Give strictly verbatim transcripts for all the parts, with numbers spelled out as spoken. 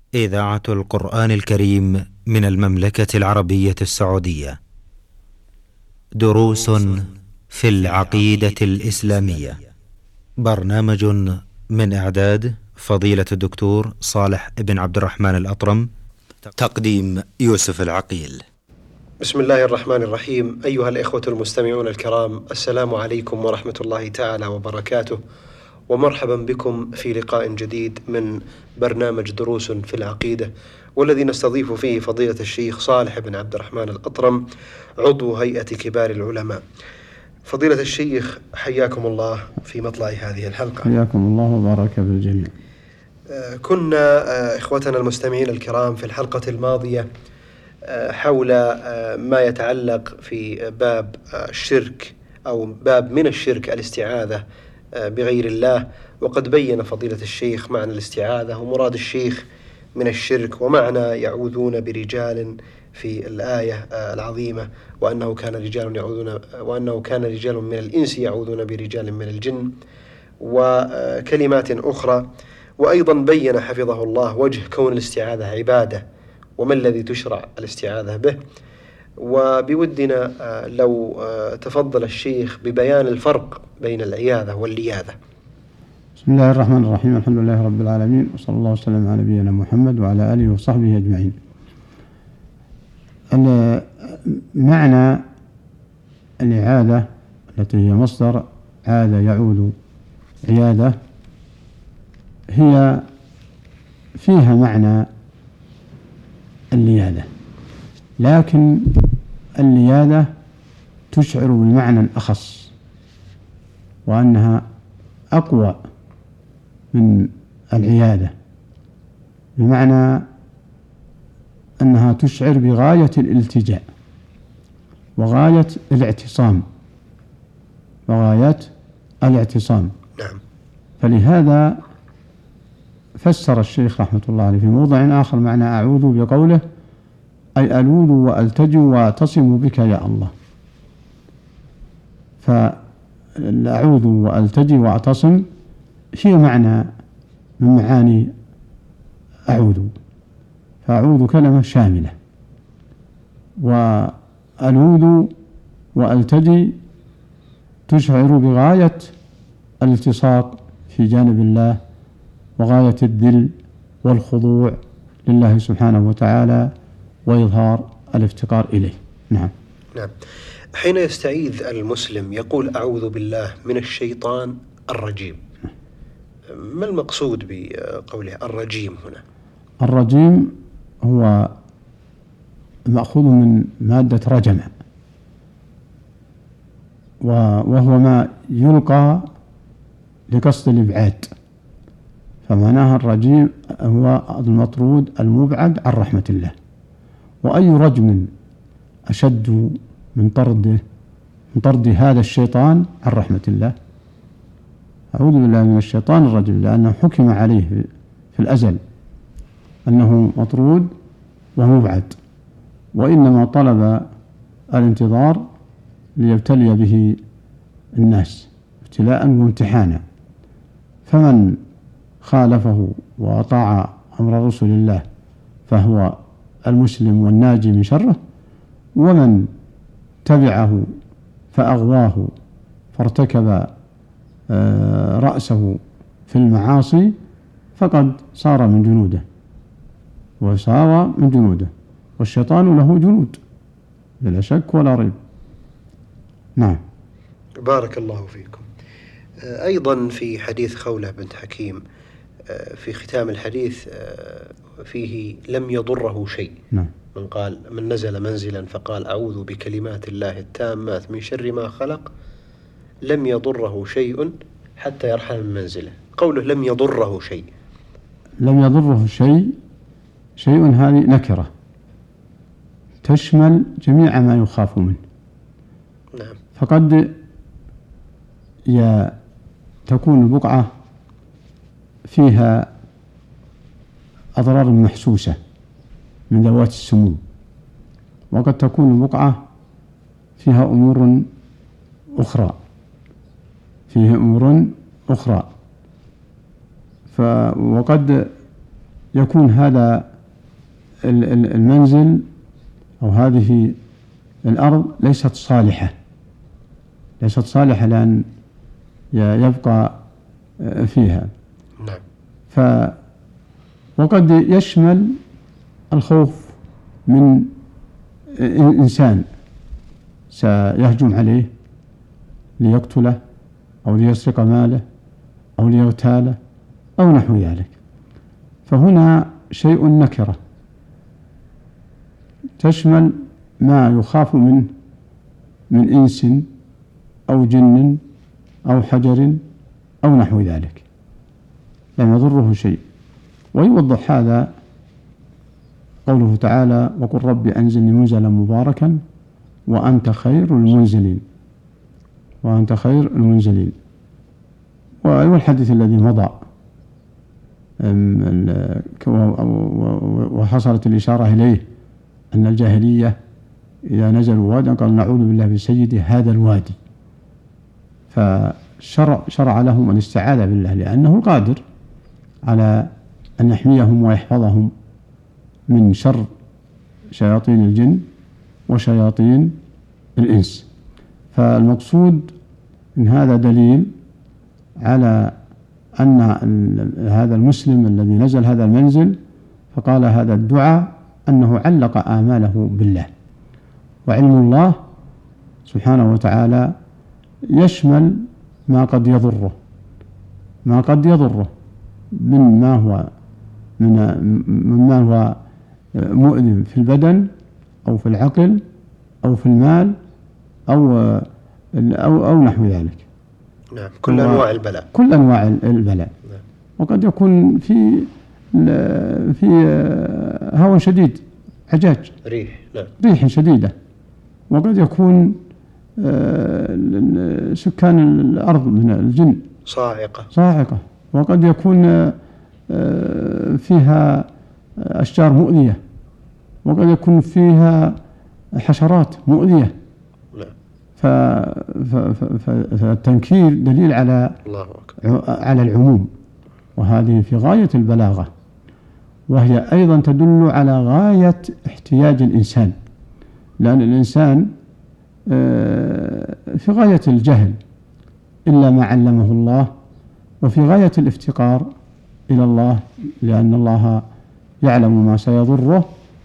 إذاعة القرآن الكريم من المملكة العربية السعودية. دروس في العقيدة الإسلامية. برنامج من إعداد فضيلة الدكتور صالح بن عبد الرحمن الأطرم. تقديم يوسف العقيل. بسم الله الرحمن الرحيم. أيها الإخوة المستمعون الكرام، السلام عليكم ورحمة الله تعالى وبركاته، ومرحبا بكم في لقاء جديد من برنامج دروس في العقيدة، والذي نستضيف فيه فضيلة الشيخ صالح بن عبد الرحمن الأطرم، عضو هيئة كبار العلماء. فضيلة الشيخ، حياكم الله في مطلع هذه الحلقة. حياكم الله وبارك بالجميع. كنا إخوتنا المستمعين الكرام في الحلقة الماضية حول ما يتعلق في باب الشرك أو باب من الشرك الاستعاذة بغير الله، وقد بين فضيلة الشيخ معنى الاستعاذة ومراد الشيخ من الشرك، ومعنى يعوذون برجال في الآية العظيمة، وأنه كان رجال يعوذون وأنه كان رجال من الإنس يعوذون برجال من الجن، وكلمات أخرى. وأيضا بين حفظه الله وجه كون الاستعاذة عبادة، وما الذي تشرع الاستعاذة به. وبودنا لو تفضل الشيخ ببيان الفرق بين العياذة واللياذة. بسم الله الرحمن الرحيم. الحمد لله رب العالمين، وصلى الله وسلم على نبينا محمد وعلى آله وصحبه أجمعين. معنى الإعاذة التي هي مصدر عاد يعود عيادة، هي فيها معنى اللياذة، لكن اللياذة تشعر بمعنى أخص، وأنها أقوى من العيادة، بمعنى أنها تشعر بغاية الالتجاء وغاية الاعتصام وغاية الاعتصام. نعم. فلهذا فسر الشيخ رحمة الله عليه في موضع آخر معنى أعوذ بقوله أي ألوذ وألتجئ وأعتصم بك يا الله. فالأعوذ وألتجئ وأعتصم هي معنى من معاني أعوذ، فأعوذ كلمة شاملة، وألوذ وألتجئ تشعر بغاية الالتصاق في جانب الله وغاية الذل والخضوع لله سبحانه وتعالى وإظهار الافتقار إليه. نعم. نعم. حين يستعيذ المسلم يقول أعوذ بالله من الشيطان الرجيم، ما المقصود بقوله الرجيم هنا؟ الرجيم هو مأخوذ من مادة رجم، وهو ما يلقى لقصد الإبعاد، فمعناها الرجيم هو المطرود المبعد عن رحمة الله. وأي رجم أشد من طرده من طرد هذا الشيطان عن رحمة الله؟ أعوذ بالله من الشيطان الرجيم، لأنه حكم عليه في الأزل أنه مطرود ومبعد، وإنما طلب الانتظار ليبتلي به الناس ابتلاء وامتحانا، فمن خالفه وأطاع أمر رسول الله فهو المسلم والناجي من شره، ومن تبعه فأغواه فارتكب رأسه في المعاصي فقد صار من جنوده وصار من جنوده، والشيطان له جنود بلا شك ولا ريب. نعم. بارك الله فيكم. أيضا في حديث خولة بنت حكيم في ختام الحديث فيه لم يضره شيء. نعم. من قال من نزل منزلا فقال أعوذ بكلمات الله التامات من شر ما خلق لم يضره شيء حتى يرحل من منزله. قوله لم يضره شيء، لم يضره شيء شيء هذه نكرة تشمل جميع ما يخاف منه. نعم. فقد تكون البقعة فيها أضرار محسوسة من ذوات السموم، وقد تكون البقعة فيها أمور أخرى فيها أمور أخرى ف وقد يكون هذا المنزل أو هذه الأرض ليست صالحة ليست صالحة لأن يبقى فيها. نعم. ف وقد يشمل الخوف من إنسان سيهجم عليه ليقتله أو ليسرق ماله أو ليغتاله أو نحو ذلك. فهنا شيء نكرة تشمل ما يخاف منه من إنس أو جن أو حجر أو نحو ذلك لم يضره شيء. ويوضح هذا قوله تعالى: وقل رب أنزلني منزلا مباركا وأنت خير المنزلين وأنت خير المنزلين. والحديث الذي مضى وحصلت الإشارة إليه أن الجاهلية إذا نزلوا واديا قالوا نعوذ بالله بسيد هذا الوادي، فشرع شرع لهم الاستعاذة بالله لأنه قادر على أن يحميهم ويحفظهم من شر شياطين الجن وشياطين الإنس. فالمقصود من هذا دليل على أن هذا المسلم الذي نزل هذا المنزل فقال هذا الدعاء أنه علق آماله بالله. وعلم الله سبحانه وتعالى يشمل ما قد يضره ما قد يضره من ما هو من مما هو مؤذي في البدن أو في العقل أو في المال أو أو أو نحو ذلك. نعم. كل أنواع البلاء كل أنواع البلاء. نعم. وقد يكون في في هواء شديد عجاج ريح نعم. ريح شديدة، وقد يكون سكان الأرض من الجن صاعقة صاعقة، وقد يكون فيها أشجار مؤذية، وقد يكون فيها حشرات مؤذية. فالتنكير دليل على الله أكبر. على العموم، وهذه في غاية البلاغة، وهي أيضا تدل على غاية احتياج الإنسان، لأن الإنسان في غاية الجهل إلا ما علمه الله، وفي غاية الافتقار إلى الله لأن الله يعلم ما سيضره،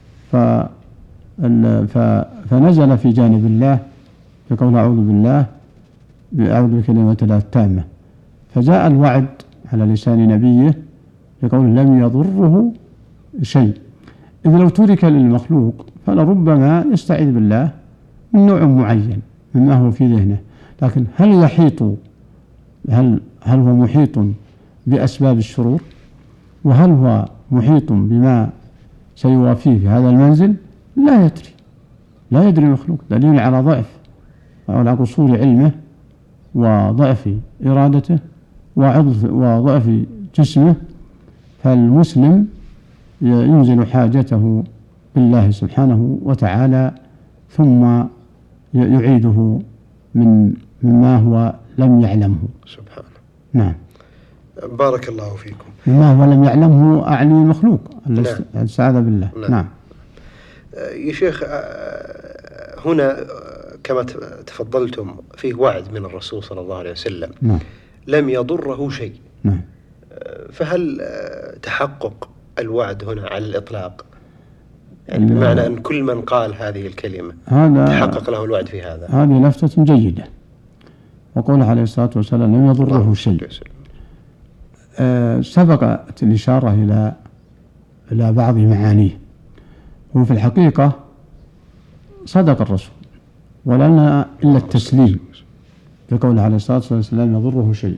فنزل في جانب الله بقول أعوذ بالله أعوذ بكلمات الله التامة، فجاء الوعد على لسان نبيه بقول لم يضره شيء. إذ لو ترك للمخلوق فلربما يستعيذ بالله من نوع معين مما هو في ذهنه، لكن هل يحيط هل هل هو محيط بأسباب الشرور؟ وهل هو محيط بما سيوافيه في هذا المنزل؟ لا يدري لا يدري المخلوق، دليل على ضعف على قصور علمه وضعف إرادته وضعف جسمه. فالمسلم ينزل حاجته بالله سبحانه وتعالى ثم يعيده من مما هو لم يعلمه سبحانه. نعم. بارك الله فيكم. مما هو لم يعلمه أعني المخلوق الاستعاذة بالله. نعم. نعم يا شيخ، هنا كما تفضلتم فيه وعد من الرسول صلى الله عليه وسلم. نعم. لم يضره شيء. نعم. فهل تحقق الوعد هنا على الإطلاق؟ يعني بمعنى أن كل من قال هذه الكلمة تحقق له الوعد في هذا؟ هذه لفتة جيدة، وقوله عليه الصلاة والسلام لم يضره شيء. آه سبقت الإشارة إلى إلى بعض معانيه، وفي الحقيقة صدق الرسول ولنا إلا التسليم بقوله عليه الصلاة والسلام يضره شيء.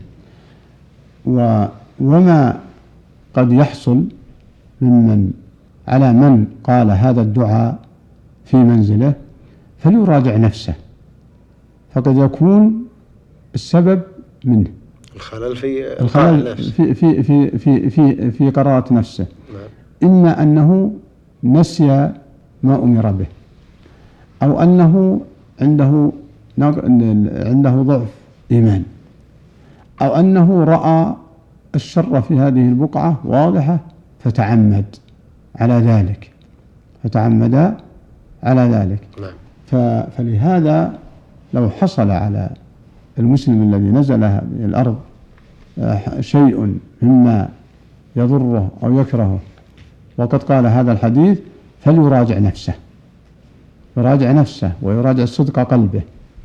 وما قد يحصل ممن على من قال هذا الدعاء في منزله فليراجع نفسه، فقد يكون السبب منه الخلل في الخلل في في في في في في قرارة نفسه. نعم. إما أنه نسي ما أمر به، أو أنه عنده عنده ضعف إيمان، أو أنه رأى الشر في هذه البقعة واضحة فتعمد على ذلك فتعمد على ذلك فلهذا لو حصل على المسلم الذي نزل من الأرض شيء مما يضره أو يكرهه وقد قال هذا الحديث فليراجع نفسه يراجع نفسه ويراجع صدق قلبه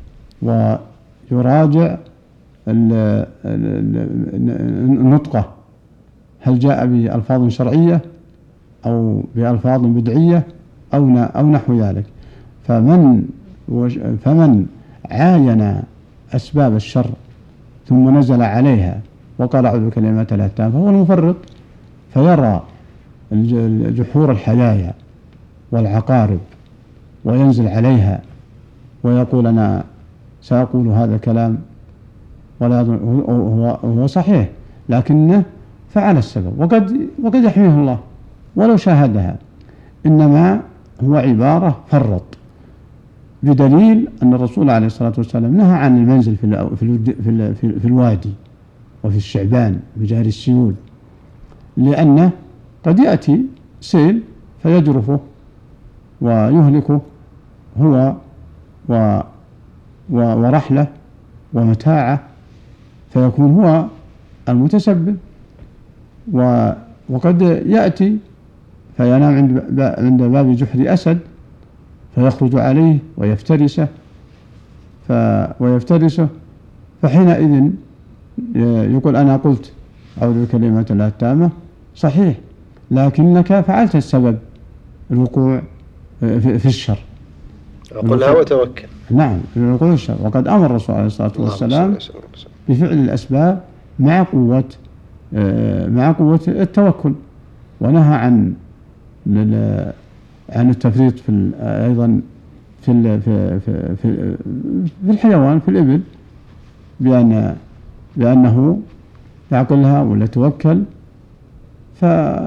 ويراجع النطقة هل جاء بألفاظ شرعية أو بألفاظ بدعية أو أو نحو ذلك. فمن فمن عاين أسباب الشر ثم نزل عليها وقال أعوذ بكلمات الله التامة فهو المفرط، فيرى جحور الحيايا والعقارب وينزل عليها ويقول أنا سأقول هذا الكلام ولا هو هو صحيح لكنه فعل السبب وقد وقد يحميه الله ولو شاهدها، إنما هو عبارة فرط، بدليل أن الرسول عليه الصلاة والسلام نهى عن المنزل في في في الوادي وفي الشعبان بجار السيول، لأنه قد يأتي سيل فيجرفه ويهلكه هو و ورحله ومتاعه فيكون هو المتسبب، وقد يأتي فينام عند باب جحر أسد فيخرج عليه ويفترسه ويفترسه فحينئذ يقول أنا قلت أعوذ بكلمات الله التامة صحيح لكنك فعلت السبب الوقوع في الشر. قلها وتوكل. نعم الوقوع في الشر. وقد أمر الرسول عليه الصلاة والسلام بفعل الأسباب مع قوة مع قوة التوكل، ونهى عن عن التفريط في أيضا في في في في الحيوان في الإبل بأن بأنه يعقلها ولا توكل ف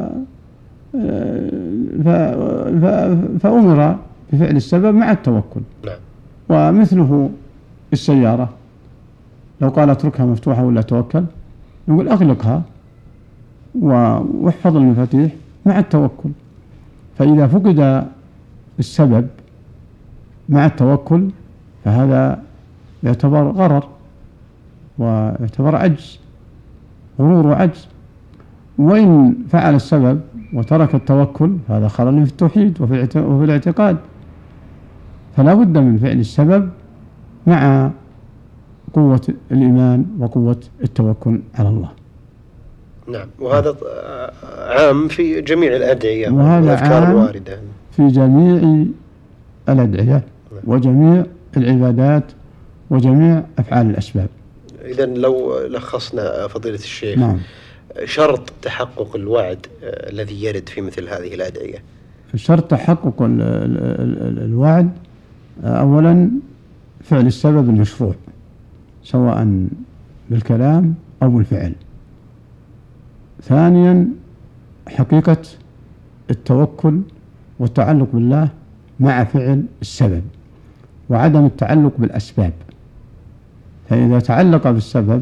فأمر بفعل السبب مع التوكل. ومثله السيارة لو قال اتركها مفتوحة ولا توكل نقول أغلقها واحفظ المفاتيح مع التوكل. فإذا فقد السبب مع التوكل فهذا يعتبر غرر ويعتبر عجز، غرور وعجز. وإن فعل السبب وترك التوكل هذا خلل في التوحيد وفي الاعتقاد. فلا بد من فعل السبب مع قوة الإيمان وقوة التوكل على الله. نعم. وهذا عام في جميع الأدعية والأذكار الواردة في جميع الأدعية وجميع العبادات وجميع أفعال الأسباب. إذن لو لخصنا فضيلة الشيخ، نعم، شرط تحقق الوعد الذي يرد في مثل هذه الأدعية. شرط تحقق الوعد أولا فعل السبب المشروع سواء بالكلام أو بالفعل. ثانيا حقيقة التوكل والتعلق بالله مع فعل السبب وعدم التعلق بالأسباب. فإذا تعلق بالسبب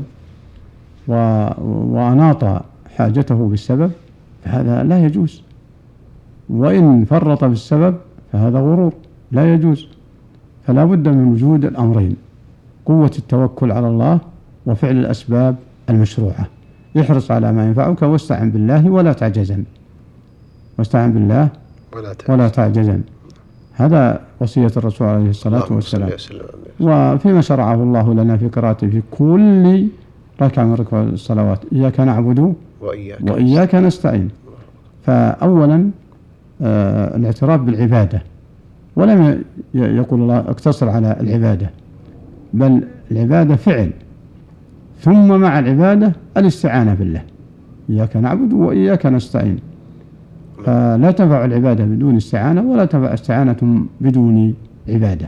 وأناط حاجته بالسبب فهذا لا يجوز، وإن فرط بالسبب فهذا غرور لا يجوز. فلا بد من وجود الأمرين، قوة التوكل على الله وفعل الأسباب المشروعة. احرص على ما ينفعك واستعن بالله ولا تعجزن، واستعن بالله ولا تعجزن. هذا وصية الرسول عليه الصلاة والسلام. وفيما شرعه الله لنا في قراءته في كل ركعة من ركوع الصلوات إياك نعبد وإياك, وإياك نستعين. فأولا آه الاعتراف بالعبادة، ولم يقول الله اقتصر على العبادة، بل العبادة فعل، ثم مع العبادة الاستعانة بالله، إياك نعبد وإياك نستعين. فلا تنفع العبادة بدون استعانة ولا تنفع استعانة بدون عبادة.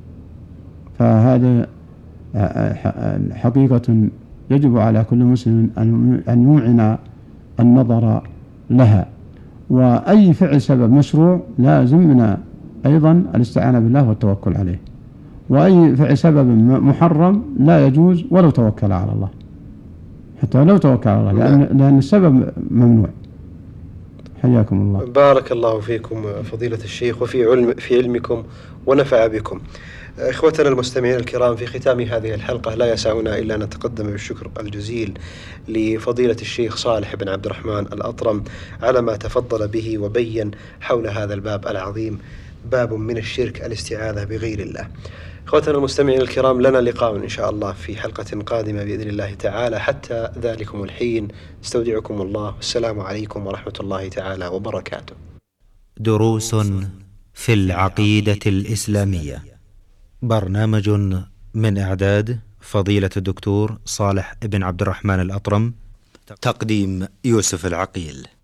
فهذا حقيقة يجب على كل مسلم أن يمعن النظر لها. وأي فعل سبب مشروع لازم من أيضا الاستعانة بالله والتوكل عليه، وأي فعل سبب محرم لا يجوز ولو توكل على الله، حتى لو توكل على الله، لأن, لأن السبب ممنوع حياكم الله. بارك الله فيكم فضيلة الشيخ وفي علم في علمكم ونفع بكم. إخوتنا المستمعين الكرام، في ختام هذه الحلقة لا يسعنا إلا أن نتقدم بالشكر الجزيل لفضيلة الشيخ صالح بن عبد الرحمن الأطرم على ما تفضل به وبين حول هذا الباب العظيم، باب من الشرك الاستعاذة بغير الله. إخوتنا المستمعين الكرام، لنا لقاء إن شاء الله في حلقة قادمة بإذن الله تعالى. حتى ذلكم الحين استودعكم الله، والسلام عليكم ورحمة الله تعالى وبركاته. دروس في العقيدة الإسلامية، برنامج من إعداد فضيلة الدكتور صالح بن عبد الرحمن الأطرم، تقديم يوسف العقيل.